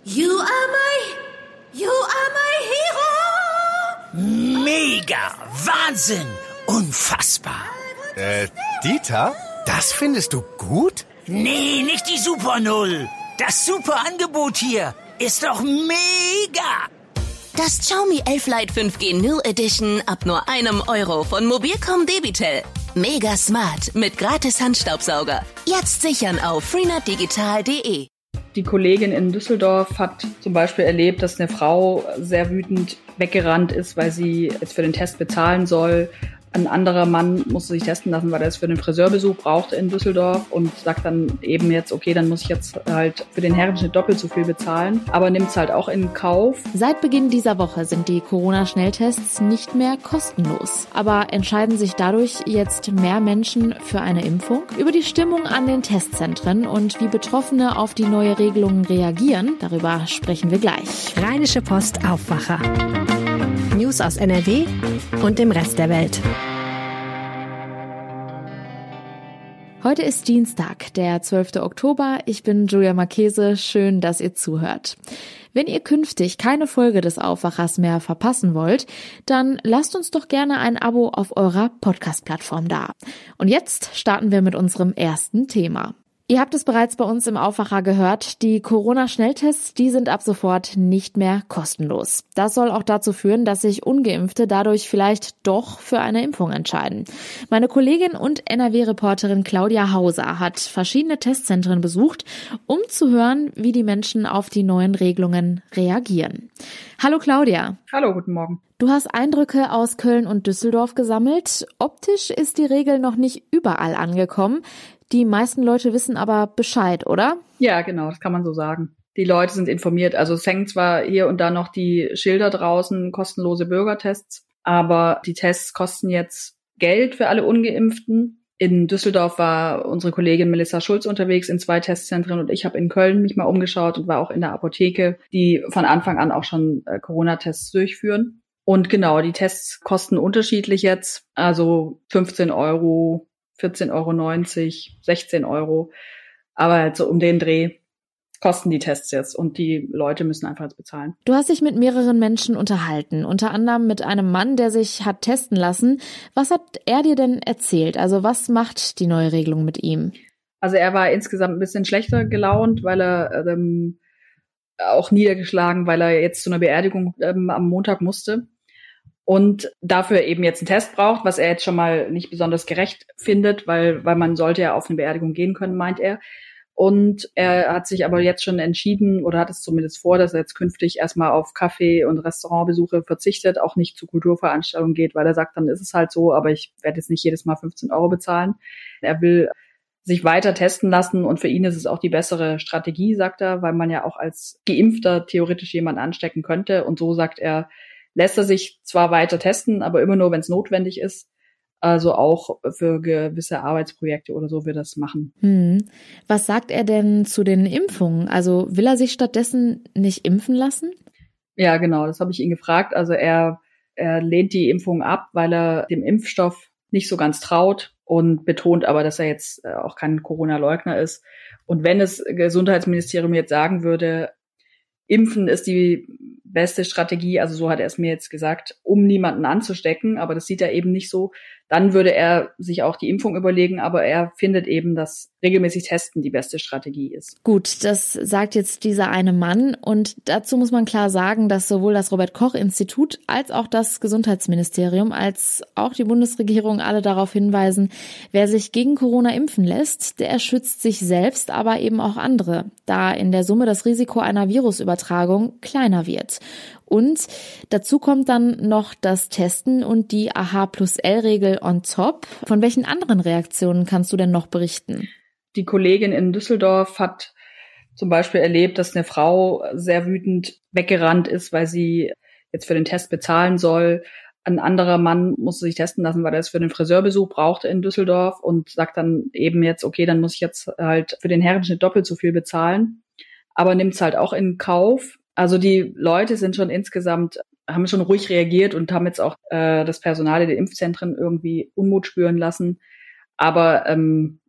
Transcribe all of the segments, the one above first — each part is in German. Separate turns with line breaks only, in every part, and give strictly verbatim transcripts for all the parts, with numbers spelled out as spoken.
You are my, you are my hero.
Mega, Wahnsinn, unfassbar.
Äh, Dieter, das findest du gut?
Nee, nicht die Super Null. Das super Angebot hier ist doch mega.
Das Xiaomi elf Lite fünf G Null Edition ab nur einem Euro von Mobilcom Debitel. Mega smart mit gratis Handstaubsauger. Jetzt sichern auf freenet digital punkt de.
Die Kollegin in Düsseldorf hat zum Beispiel erlebt, dass eine Frau sehr wütend weggerannt ist, weil sie jetzt für den Test bezahlen soll. Ein anderer Mann musste sich testen lassen, weil er es für den Friseurbesuch brauchte in Düsseldorf und sagt dann eben jetzt, okay, dann muss ich jetzt halt für den Herrenschnitt doppelt so viel bezahlen, aber nimmt es halt auch in Kauf.
Seit Beginn dieser Woche sind die Corona-Schnelltests nicht mehr kostenlos. Aber entscheiden sich dadurch jetzt mehr Menschen für eine Impfung? Über die Stimmung an den Testzentren und wie Betroffene auf die neue Regelung reagieren, darüber sprechen wir gleich.
Rheinische Post Aufwacher. News aus N R W und dem Rest der Welt.
Heute ist Dienstag, der zwölfte Oktober. Ich bin Julia Marchese. Schön, dass ihr zuhört. Wenn ihr künftig keine Folge des Aufwachers mehr verpassen wollt, dann lasst uns doch gerne ein Abo auf eurer Podcast-Plattform da. Und jetzt starten wir mit unserem ersten Thema. Ihr habt es bereits bei uns im Aufwacher gehört, die Corona-Schnelltests, die sind ab sofort nicht mehr kostenlos. Das soll auch dazu führen, dass sich Ungeimpfte dadurch vielleicht doch für eine Impfung entscheiden. Meine Kollegin und N R W-Reporterin Claudia Hauser hat verschiedene Testzentren besucht, um zu hören, wie die Menschen auf die neuen Regelungen reagieren. Hallo Claudia.
Hallo, guten Morgen.
Du hast Eindrücke aus Köln und Düsseldorf gesammelt. Optisch ist die Regel noch nicht überall angekommen. Die meisten Leute wissen aber Bescheid, oder?
Ja, genau, das kann man so sagen. Die Leute sind informiert. Also es hängen zwar hier und da noch die Schilder draußen, kostenlose Bürgertests, aber die Tests kosten jetzt Geld für alle Ungeimpften. In Düsseldorf war unsere Kollegin Melissa Schulz unterwegs in zwei Testzentren und ich habe in Köln mich mal umgeschaut und war auch in der Apotheke, die von Anfang an auch schon äh, Corona-Tests durchführen. Und genau, die Tests kosten unterschiedlich jetzt, also fünfzehn Euro, vierzehn Euro neunzig, sechzehn Euro. Aber halt so um den Dreh kosten die Tests jetzt und die Leute müssen einfach jetzt bezahlen.
Du hast dich mit mehreren Menschen unterhalten, unter anderem mit einem Mann, der sich hat testen lassen. Was hat er dir denn erzählt? Also was macht die neue Regelung mit ihm?
Also er war insgesamt ein bisschen schlechter gelaunt, weil er ähm, auch niedergeschlagen, weil er jetzt zu einer Beerdigung ähm, am Montag musste. Und dafür eben jetzt einen Test braucht, was er jetzt schon mal nicht besonders gerecht findet, weil weil man sollte ja auf eine Beerdigung gehen können, meint er. Und er hat sich aber jetzt schon entschieden oder hat es zumindest vor, dass er jetzt künftig erstmal auf Kaffee- und Restaurantbesuche verzichtet, auch nicht zu Kulturveranstaltungen geht, weil er sagt, dann ist es halt so, aber ich werde jetzt nicht jedes Mal fünfzehn Euro bezahlen. Er will sich weiter testen lassen und für ihn ist es auch die bessere Strategie, sagt er, weil man ja auch als Geimpfter theoretisch jemanden anstecken könnte. Und so sagt er, lässt er sich zwar weiter testen, aber immer nur, wenn es notwendig ist. Also auch für gewisse Arbeitsprojekte oder so wird er das machen.
Hm. Was sagt er denn zu den Impfungen? Also will er sich stattdessen nicht impfen lassen?
Ja, genau, das habe ich ihn gefragt. Also er, er lehnt die Impfung ab, weil er dem Impfstoff nicht so ganz traut und betont aber, dass er jetzt auch kein Corona-Leugner ist. Und wenn das Gesundheitsministerium jetzt sagen würde, Impfen ist die beste Strategie, also so hat er es mir jetzt gesagt, um niemanden anzustecken, aber das sieht er eben nicht so. Dann würde er sich auch die Impfung überlegen, aber er findet eben, dass regelmäßig Testen die beste Strategie ist.
Gut, das sagt jetzt dieser eine Mann und dazu muss man klar sagen, dass sowohl das Robert-Koch-Institut als auch das Gesundheitsministerium als auch die Bundesregierung alle darauf hinweisen, wer sich gegen Corona impfen lässt, der schützt sich selbst, aber eben auch andere, da in der Summe das Risiko einer Virusübertragung kleiner wird. Und dazu kommt dann noch das Testen und die A H plus L-Regel on top. Von welchen anderen Reaktionen kannst du denn noch berichten?
Die Kollegin in Düsseldorf hat zum Beispiel erlebt, dass eine Frau sehr wütend weggerannt ist, weil sie jetzt für den Test bezahlen soll. Ein anderer Mann musste sich testen lassen, weil er es für den Friseurbesuch brauchte in Düsseldorf und sagt dann eben jetzt, okay, dann muss ich jetzt halt für den Herrenschnitt doppelt so viel bezahlen. Aber nimmt es halt auch in Kauf. Also die Leute sind schon insgesamt, haben schon ruhig reagiert und haben jetzt auch äh, das Personal in den Impfzentren irgendwie Unmut spüren lassen. Aber ähm,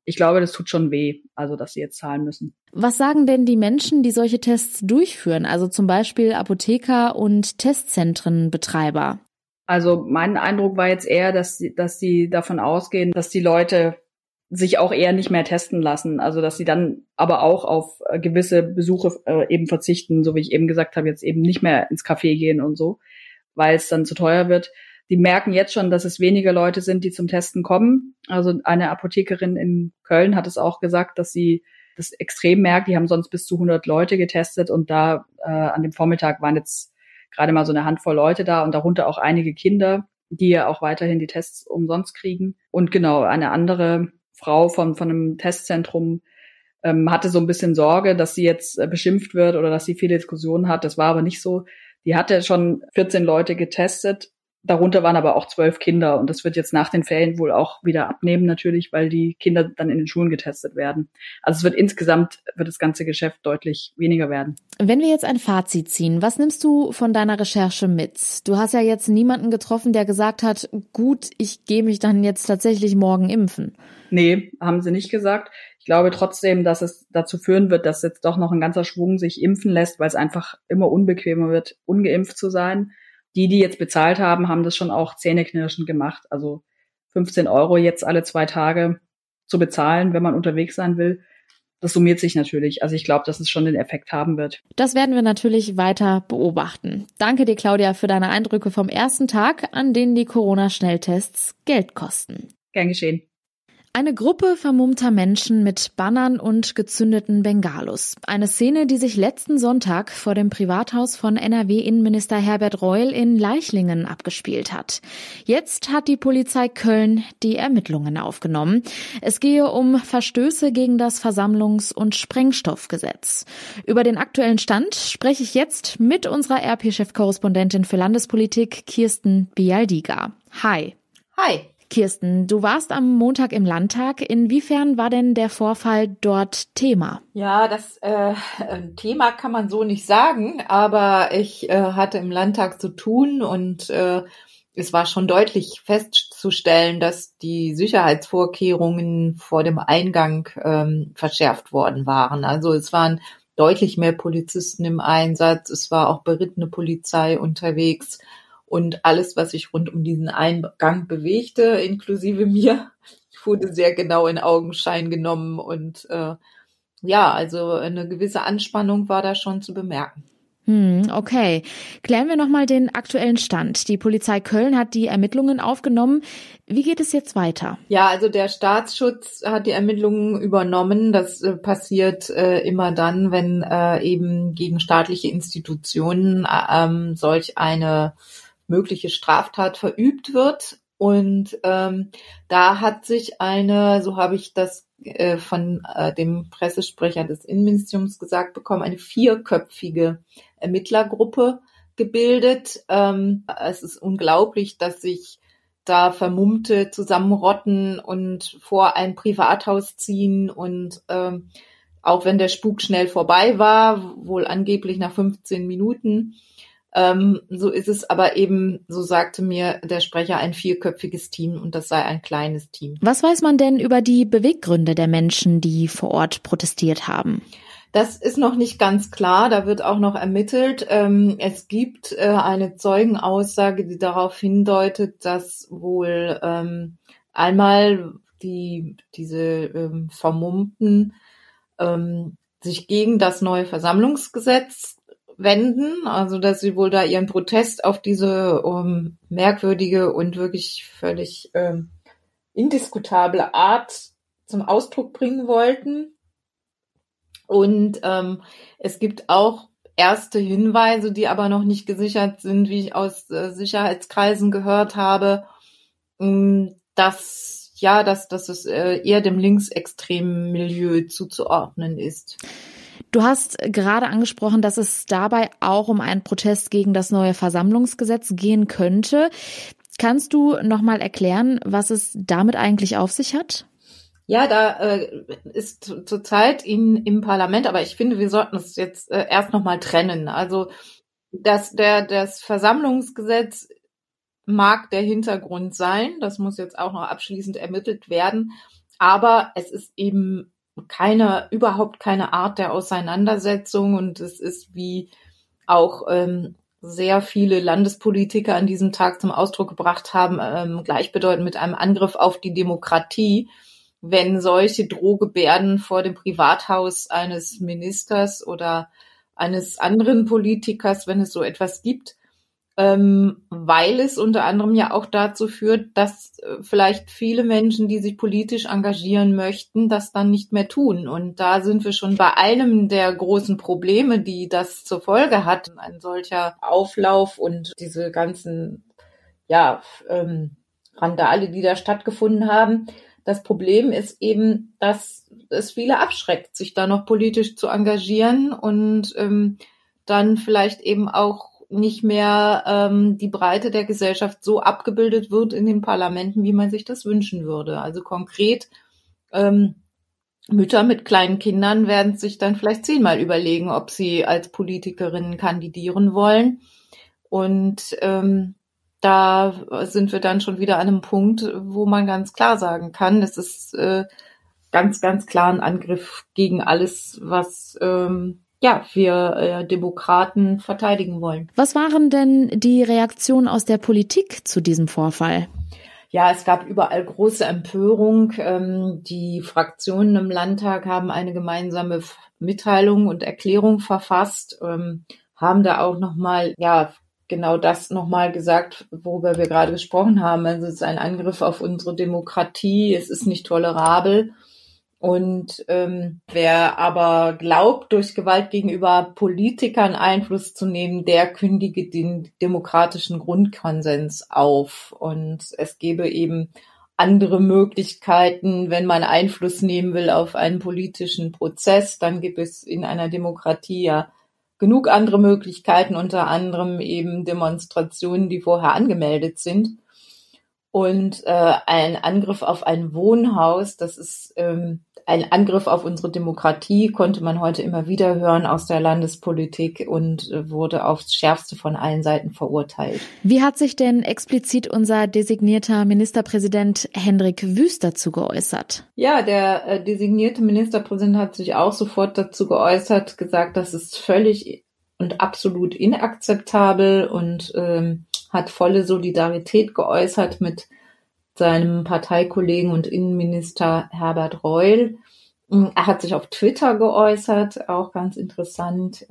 ich glaube, das tut schon weh, also dass sie jetzt zahlen müssen.
Was sagen denn die Menschen, die solche Tests durchführen, also zum Beispiel Apotheker und Testzentrenbetreiber?
Also mein Eindruck war jetzt eher, dass sie, dass sie davon ausgehen, dass die Leute sich auch eher nicht mehr testen lassen. Also dass sie dann aber auch auf gewisse Besuche äh, eben verzichten, so wie ich eben gesagt habe, jetzt eben nicht mehr ins Café gehen und so, weil es dann zu teuer wird. Die merken jetzt schon, dass es weniger Leute sind, die zum Testen kommen. Also eine Apothekerin in Köln hat es auch gesagt, dass sie das extrem merkt. Die haben sonst bis zu hundert Leute getestet und da äh, an dem Vormittag waren jetzt gerade mal so eine Handvoll Leute da und darunter auch einige Kinder, die ja auch weiterhin die Tests umsonst kriegen. Und genau, eine andere Frau von, von einem Testzentrum ähm, hatte so ein bisschen Sorge, dass sie jetzt äh, beschimpft wird oder dass sie viele Diskussionen hat. Das war aber nicht so. Die hatte schon vierzehn Leute getestet. Darunter waren aber auch zwölf Kinder und das wird jetzt nach den Ferien wohl auch wieder abnehmen natürlich, weil die Kinder dann in den Schulen getestet werden. Also es wird insgesamt, wird das ganze Geschäft deutlich weniger werden.
Wenn wir jetzt ein Fazit ziehen, was nimmst du von deiner Recherche mit? Du hast ja jetzt niemanden getroffen, der gesagt hat, gut, ich gehe mich dann jetzt tatsächlich morgen impfen.
Nee, haben sie nicht gesagt. Ich glaube trotzdem, dass es dazu führen wird, dass jetzt doch noch ein ganzer Schwung sich impfen lässt, weil es einfach immer unbequemer wird, ungeimpft zu sein. Die, die jetzt bezahlt haben, haben das schon auch zähneknirschend gemacht. Also fünfzehn Euro jetzt alle zwei Tage zu bezahlen, wenn man unterwegs sein will, das summiert sich natürlich. Also ich glaube, dass es schon den Effekt haben wird.
Das werden wir natürlich weiter beobachten. Danke dir, Claudia, für deine Eindrücke vom ersten Tag, an denen die Corona-Schnelltests Geld kosten.
Gern geschehen.
Eine Gruppe vermummter Menschen mit Bannern und gezündeten Bengalos. Eine Szene, die sich letzten Sonntag vor dem Privathaus von N R W-Innenminister Herbert Reul in Leichlingen abgespielt hat. Jetzt hat die Polizei Köln die Ermittlungen aufgenommen. Es gehe um Verstöße gegen das Versammlungs- und Sprengstoffgesetz. Über den aktuellen Stand spreche ich jetzt mit unserer R P-Chefkorrespondentin für Landespolitik, Kirsten Bialdiga. Hi.
Hi.
Kirsten, du warst am Montag im Landtag. Inwiefern war denn der Vorfall dort Thema?
Ja, das äh, Thema kann man so nicht sagen, aber ich äh, hatte im Landtag zu tun und äh, es war schon deutlich festzustellen, dass die Sicherheitsvorkehrungen vor dem Eingang ähm, verschärft worden waren. Also es waren deutlich mehr Polizisten im Einsatz, es war auch berittene Polizei unterwegs. Und alles, was sich rund um diesen Eingang bewegte, inklusive mir, wurde sehr genau in Augenschein genommen. Und äh, ja, also eine gewisse Anspannung war da schon zu bemerken.
Hm, okay. Klären wir nochmal den aktuellen Stand. Die Polizei Köln hat die Ermittlungen aufgenommen. Wie geht es jetzt weiter?
Ja, also der Staatsschutz hat die Ermittlungen übernommen. Das äh, passiert äh, immer dann, wenn äh, eben gegen staatliche Institutionen äh, solch eine mögliche Straftat verübt wird. Und ähm, da hat sich eine, so habe ich das äh, von äh, dem Pressesprecher des Innenministeriums gesagt bekommen, eine vierköpfige Ermittlergruppe gebildet. Ähm, es ist unglaublich, dass sich da Vermummte zusammenrotten und vor ein Privathaus ziehen und ähm, auch wenn der Spuk schnell vorbei war, wohl angeblich nach fünfzehn Minuten, Ähm, so ist es aber eben, so sagte mir der Sprecher, ein vierköpfiges Team und das sei ein kleines Team.
Was weiß man denn über die Beweggründe der Menschen, die vor Ort protestiert haben?
Das ist noch nicht ganz klar, da wird auch noch ermittelt. Ähm, es gibt äh, eine Zeugenaussage, die darauf hindeutet, dass wohl ähm, einmal die diese ähm, Vermummten ähm, sich gegen das neue Versammlungsgesetz wenden, also dass sie wohl da ihren Protest auf diese um, merkwürdige und wirklich völlig ähm, indiskutable Art zum Ausdruck bringen wollten. Und ähm, es gibt auch erste Hinweise, die aber noch nicht gesichert sind, wie ich aus äh, Sicherheitskreisen gehört habe, ähm, dass ja, dass, dass es äh, eher dem linksextremen Milieu zuzuordnen ist.
Du hast gerade angesprochen, dass es dabei auch um einen Protest gegen das neue Versammlungsgesetz gehen könnte. Kannst du noch mal erklären, was es damit eigentlich auf sich hat?
Ja, da äh, ist zurzeit in, im Parlament, aber ich finde, wir sollten es jetzt äh, erst noch mal trennen. Also das, der, das Versammlungsgesetz mag der Hintergrund sein, das muss jetzt auch noch abschließend ermittelt werden. Aber es ist eben keine, überhaupt keine Art der Auseinandersetzung und es ist, wie auch ähm, sehr viele Landespolitiker an diesem Tag zum Ausdruck gebracht haben, ähm, gleichbedeutend mit einem Angriff auf die Demokratie, wenn solche Drohgebärden vor dem Privathaus eines Ministers oder eines anderen Politikers, wenn es so etwas gibt, ähm, weil es unter anderem ja auch dazu führt, dass äh, vielleicht viele Menschen, die sich politisch engagieren möchten, das dann nicht mehr tun. Und da sind wir schon bei einem der großen Probleme, die das zur Folge hat. Ein solcher Auflauf und diese ganzen, ja, ähm, Randale, die da stattgefunden haben. Das Problem ist eben, dass es viele abschreckt, sich da noch politisch zu engagieren und ähm, dann vielleicht eben auch nicht mehr ähm, die Breite der Gesellschaft so abgebildet wird in den Parlamenten, wie man sich das wünschen würde. Also konkret, ähm, Mütter mit kleinen Kindern werden sich dann vielleicht zehnmal überlegen, ob sie als Politikerinnen kandidieren wollen. Und ähm, da sind wir dann schon wieder an einem Punkt, wo man ganz klar sagen kann, es ist äh, ganz, ganz klar ein Angriff gegen alles, was ähm, ja, wir äh, Demokraten verteidigen wollen.
Was waren denn die Reaktionen aus der Politik zu diesem Vorfall?
Ja, es gab überall große Empörung. Ähm, die Fraktionen im Landtag haben eine gemeinsame Mitteilung und Erklärung verfasst, ähm, haben da auch nochmal, ja, genau das nochmal gesagt, worüber wir gerade gesprochen haben. Also es ist ein Angriff auf unsere Demokratie, es ist nicht tolerabel. Und ähm, wer aber glaubt, durch Gewalt gegenüber Politikern Einfluss zu nehmen, der kündige den demokratischen Grundkonsens auf. Und es gäbe eben andere Möglichkeiten, wenn man Einfluss nehmen will auf einen politischen Prozess, dann gibt es in einer Demokratie ja genug andere Möglichkeiten, unter anderem eben Demonstrationen, die vorher angemeldet sind. Und äh, ein Angriff auf ein Wohnhaus, das ist ähm, ein Angriff auf unsere Demokratie, konnte man heute immer wieder hören aus der Landespolitik und äh, wurde aufs Schärfste von allen Seiten verurteilt.
Wie hat sich denn explizit unser designierter Ministerpräsident Hendrik Wüst dazu geäußert?
Ja, der äh, designierte Ministerpräsident hat sich auch sofort dazu geäußert, gesagt, das ist völlig und absolut inakzeptabel und ähm, hat volle Solidarität geäußert mit seinem Parteikollegen und Innenminister Herbert Reul. Er hat sich auf Twitter geäußert, auch ganz interessant,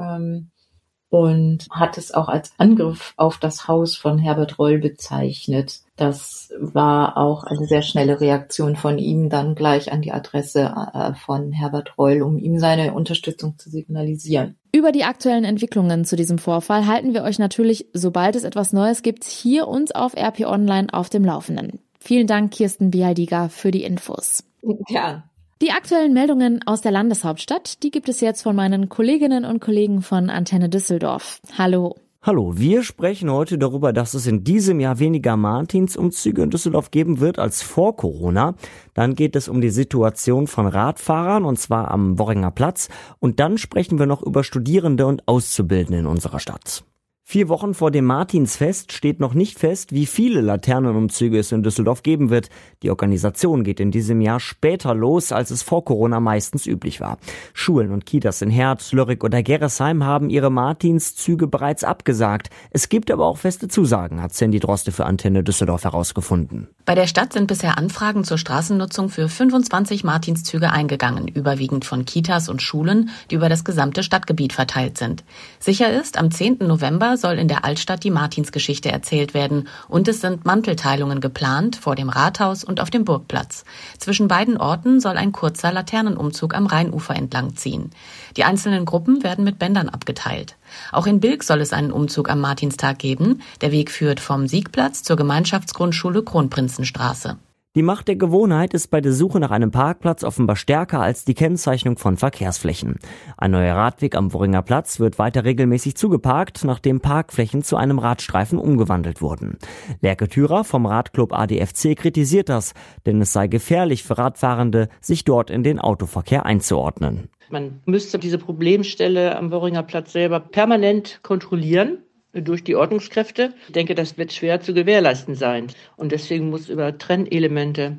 und hat es auch als Angriff auf das Haus von Herbert Reul bezeichnet. Das war auch eine sehr schnelle Reaktion von ihm dann gleich an die Adresse von Herbert Reul, um ihm seine Unterstützung zu signalisieren.
Über die aktuellen Entwicklungen zu diesem Vorfall halten wir euch natürlich, sobald es etwas Neues gibt, hier und auf R P Online auf dem Laufenden. Vielen Dank, Kirsten Bialdiger, für die Infos.
Ja.
Die aktuellen Meldungen aus der Landeshauptstadt, die gibt es jetzt von meinen Kolleginnen und Kollegen von Antenne Düsseldorf. Hallo.
Hallo, wir sprechen heute darüber, dass es in diesem Jahr weniger Martinsumzüge in Düsseldorf geben wird als vor Corona. Dann geht es um die Situation von Radfahrern, und zwar am Worringer Platz. Und dann sprechen wir noch über Studierende und Auszubildende in unserer Stadt. Vier Wochen vor dem Martinsfest steht noch nicht fest, wie viele Laternenumzüge es in Düsseldorf geben wird. Die Organisation geht in diesem Jahr später los, als es vor Corona meistens üblich war. Schulen und Kitas in Herz, Lörrick oder Gerresheim haben ihre Martinszüge bereits abgesagt. Es gibt aber auch feste Zusagen, hat Sandy Droste für Antenne Düsseldorf herausgefunden.
Bei der Stadt sind bisher Anfragen zur Straßennutzung für fünfundzwanzig Martinszüge eingegangen, überwiegend von Kitas und Schulen, die über das gesamte Stadtgebiet verteilt sind. Sicher ist, am zehnten November soll in der Altstadt die Martinsgeschichte erzählt werden und es sind Mantelteilungen geplant vor dem Rathaus und auf dem Burgplatz. Zwischen beiden Orten soll ein kurzer Laternenumzug am Rheinufer entlang ziehen. Die einzelnen Gruppen werden mit Bändern abgeteilt. Auch in Bilk soll es einen Umzug am Martinstag geben. Der Weg führt vom Siegplatz zur Gemeinschaftsgrundschule Kronprinzenstraße.
Die Macht der Gewohnheit ist bei der Suche nach einem Parkplatz offenbar stärker als die Kennzeichnung von Verkehrsflächen. Ein neuer Radweg am Worringer Platz wird weiter regelmäßig zugeparkt, nachdem Parkflächen zu einem Radstreifen umgewandelt wurden. Lerke Thürer vom Radclub A D F C kritisiert das, denn es sei gefährlich für Radfahrende, sich dort in den Autoverkehr einzuordnen.
Man müsste diese Problemstelle am Worringer Platz selber permanent kontrollieren durch die Ordnungskräfte. Ich denke, das wird schwer zu gewährleisten sein. Und deswegen muss über Trennelemente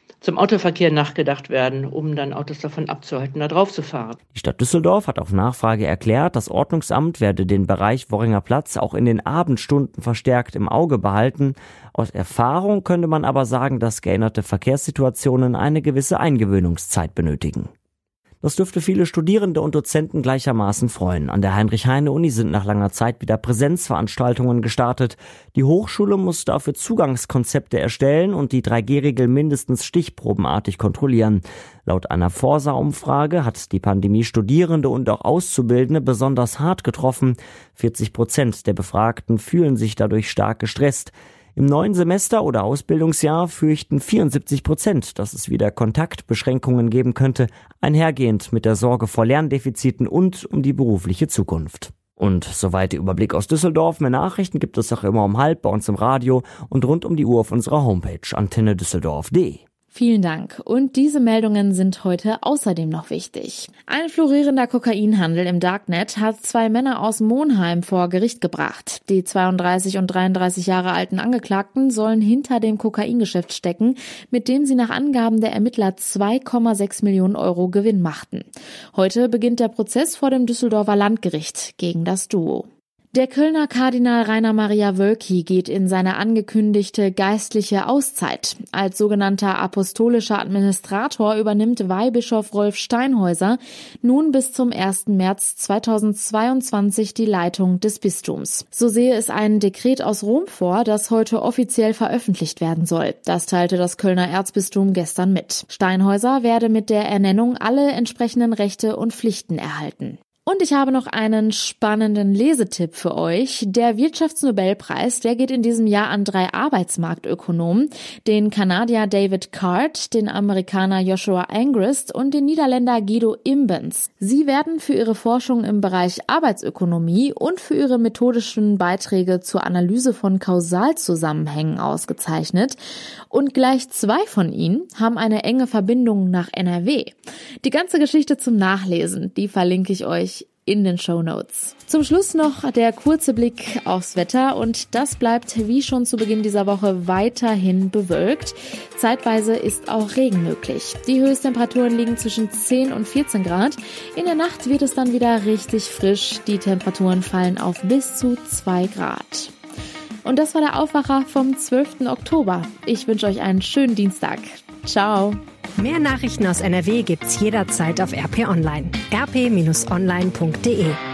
zum Autoverkehr nachgedacht werden, um dann Autos davon abzuhalten, da drauf zu fahren.
Die Stadt Düsseldorf hat auf Nachfrage erklärt, das Ordnungsamt werde den Bereich Worringer Platz auch in den Abendstunden verstärkt im Auge behalten. Aus Erfahrung könnte man aber sagen, dass geänderte Verkehrssituationen eine gewisse Eingewöhnungszeit benötigen. Das dürfte viele Studierende und Dozenten gleichermaßen freuen. An der Heinrich-Heine-Uni sind nach langer Zeit wieder Präsenzveranstaltungen gestartet. Die Hochschule muss dafür Zugangskonzepte erstellen und die drei G Regel mindestens stichprobenartig kontrollieren. Laut einer Forsa-Umfrage hat die Pandemie Studierende und auch Auszubildende besonders hart getroffen. vierzig Prozent der Befragten fühlen sich dadurch stark gestresst. Im neuen Semester oder Ausbildungsjahr fürchten vierundsiebzig Prozent, dass es wieder Kontaktbeschränkungen geben könnte, einhergehend mit der Sorge vor Lerndefiziten und um die berufliche Zukunft. Und soweit der Überblick aus Düsseldorf. Mehr Nachrichten gibt es auch immer um halb bei uns im Radio und rund um die Uhr auf unserer Homepage antenne düsseldorf punkt de.
Vielen Dank. Und diese Meldungen sind heute außerdem noch wichtig. Ein florierender Kokainhandel im Darknet hat zwei Männer aus Monheim vor Gericht gebracht. Die zweiunddreißig und dreiunddreißig Jahre alten Angeklagten sollen hinter dem Kokaingeschäft stecken, mit dem sie nach Angaben der Ermittler zwei Komma sechs Millionen Euro Gewinn machten. Heute beginnt der Prozess vor dem Düsseldorfer Landgericht gegen das Duo. Der Kölner Kardinal Rainer Maria Wölki geht in seine angekündigte geistliche Auszeit. Als sogenannter apostolischer Administrator übernimmt Weihbischof Rolf Steinhäuser nun bis zum ersten März zweitausendzweiundzwanzig die Leitung des Bistums. So sehe es ein Dekret aus Rom vor, das heute offiziell veröffentlicht werden soll. Das teilte das Kölner Erzbistum gestern mit. Steinhäuser werde mit der Ernennung alle entsprechenden Rechte und Pflichten erhalten. Und ich habe noch einen spannenden Lesetipp für euch. Der Wirtschaftsnobelpreis, der geht in diesem Jahr an drei Arbeitsmarktökonomen, den Kanadier David Card, den Amerikaner Joshua Angrist und den Niederländer Guido Imbens. Sie werden für ihre Forschung im Bereich Arbeitsökonomie und für ihre methodischen Beiträge zur Analyse von Kausalzusammenhängen ausgezeichnet. Und gleich zwei von ihnen haben eine enge Verbindung nach N R W. Die ganze Geschichte zum Nachlesen, die verlinke ich euch in den Shownotes. Zum Schluss noch der kurze Blick aufs Wetter und das bleibt wie schon zu Beginn dieser Woche weiterhin bewölkt. Zeitweise ist auch Regen möglich. Die Höchsttemperaturen liegen zwischen zehn und vierzehn Grad. In der Nacht wird es dann wieder richtig frisch. Die Temperaturen fallen auf bis zu zwei Grad. Und das war der Aufwacher vom zwölften Oktober. Ich wünsche euch einen schönen Dienstag. Ciao.
Mehr Nachrichten aus N R W gibt's jederzeit auf R P Online. r p Bindestrich online punkt de